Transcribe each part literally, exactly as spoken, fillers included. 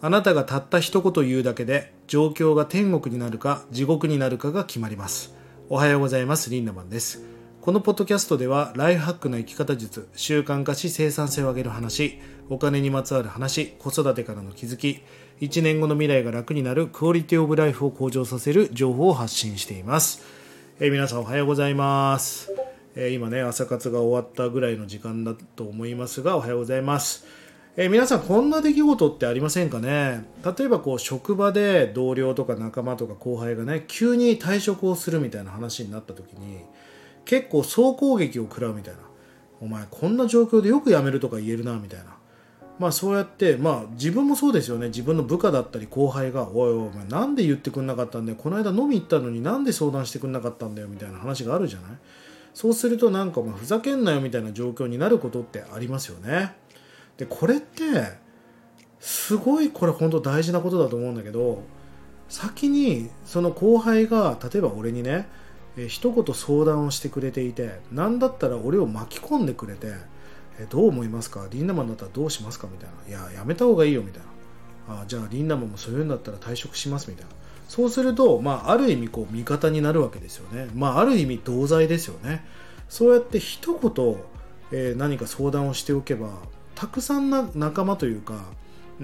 あなたがたった一言言うだけで状況が天国になるか地獄になるかが決まります。おはようございます。リンダマンです。このポッドキャストではライフハックの生き方術、習慣化し生産性を上げる話、お金にまつわる話、子育てからの気づき、いちねんごの未来が楽になるクオリティオブライフを向上させる情報を発信しています。えー、皆さんおはようございます。えー、今ね朝活が終わったぐらいの時間だと思いますが、おはようございます。えー、皆さんこんな出来事ってありませんかね。例えばこう職場で同僚とか仲間とか後輩がね急に退職をするみたいな話になった時に結構総攻撃を食らうみたいな、お前こんな状況でよく辞めるとか言えるなみたいな、まあそうやってまあ自分もそうですよね。自分の部下だったり後輩がおいおいお前なんで言ってくんなかったんだよ、この間飲み行ったのになんで相談してくんなかったんだよみたいな話があるじゃない。そうするとなんかお前ふざけんなよみたいな状況になることってありますよね。でこれってすごいこれ本当大事なことだと思うんだけど、先にその後輩が例えば俺にねえ一言相談をしてくれていて、なんだったら俺を巻き込んでくれて、えどう思いますか、リンダマンだったらどうしますかみたいな、いややめた方がいいよみたいな、あじゃあリンダマンもそういうんだったら退職しますみたいな。そうすると、まあ、ある意味こう味方になるわけですよね。まあ、ある意味同罪ですよね。そうやって一言、えー、何か相談をしておけばたくさんな仲間というか、うん、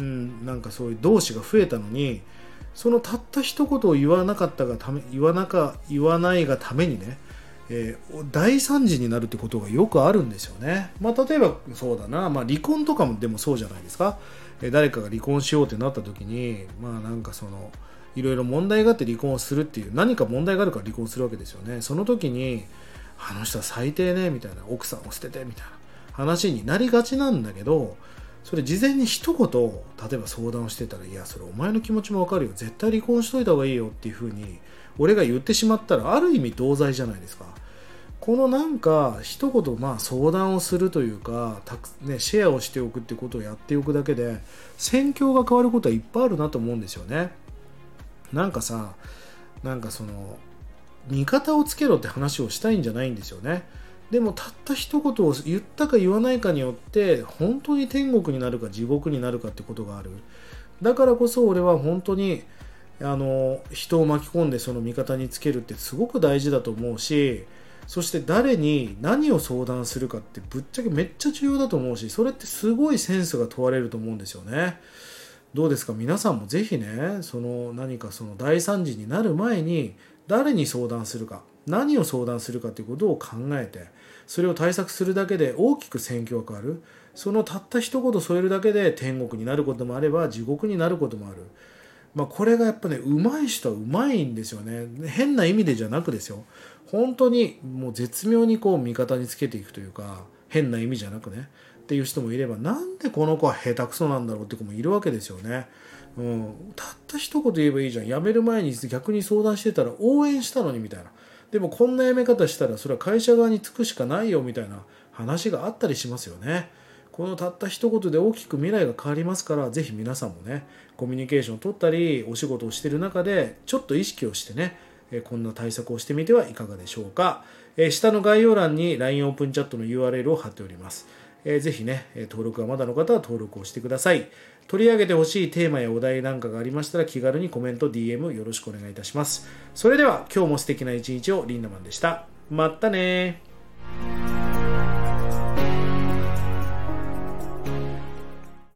なんかそういう同志が増えたのに、そのたった一言を言わなかったがため言わなか言わないがためにね、えー、大惨事になるってことがよくあるんですよね。まあ、例えばそうだな、まあ、離婚とかもでもそうじゃないですか。えー、誰かが離婚しようってなった時に、まあなんかそのいろいろ問題があって離婚をするっていう、何か問題があるから離婚するわけですよね。その時にあの人は最低ねみたいな、奥さんを捨ててみたいな話になりがちなんだけど、それ事前に一言例えば相談をしてたら、いやそれお前の気持ちもわかるよ、絶対離婚しといた方がいいよっていう風に俺が言ってしまったらある意味同罪じゃないですか。このなんか一言まあ相談をするというかたく、ね、シェアをしておくってことをやっておくだけで戦況が変わることはいっぱいあるなと思うんですよね。なんかさ、なんかその味方をつけろって話をしたいんじゃないんですよね。でもたった一言を言ったか言わないかによって本当に天国になるか地獄になるかってことがある。だからこそ俺は本当にあの人を巻き込んでその味方につけるってすごく大事だと思うし、そして誰に何を相談するかってぶっちゃけめっちゃ重要だと思うし、それってすごいセンスが問われると思うんですよね。どうですか皆さんもぜひね、その何かその大惨事になる前に誰に相談するか、何を相談するかということを考えて、それを対策するだけで大きく戦況が変わる。そのたった一言添えるだけで天国になることもあれば地獄になることもある。まあ、これがやっぱね上手い人は上手いんですよね。変な意味でじゃなくですよ。本当にもう絶妙にこう味方につけていくというか、変な意味じゃなくねっていう人もいれば、なんでこの子は下手くそなんだろうって子もいるわけですよね。うん、たった一言言えばいいじゃん、辞める前に逆に相談してたら応援したのにみたいな、でもこんな辞め方したらそれは会社側につくしかないよみたいな話があったりしますよね。このたった一言で大きく未来が変わりますから、ぜひ皆さんもねコミュニケーションを取ったりお仕事をしている中でちょっと意識をしてね、こんな対策をしてみてはいかがでしょうか。下の概要欄に ライン オープンチャットの ユーアールエル を貼っております。ぜひね登録がまだの方は登録をしてください。取り上げてほしいテーマやお題なんかがありましたら気軽にコメント ディーエム よろしくお願いいたします。それでは今日も素敵な一日を。リンダマンでした。またね。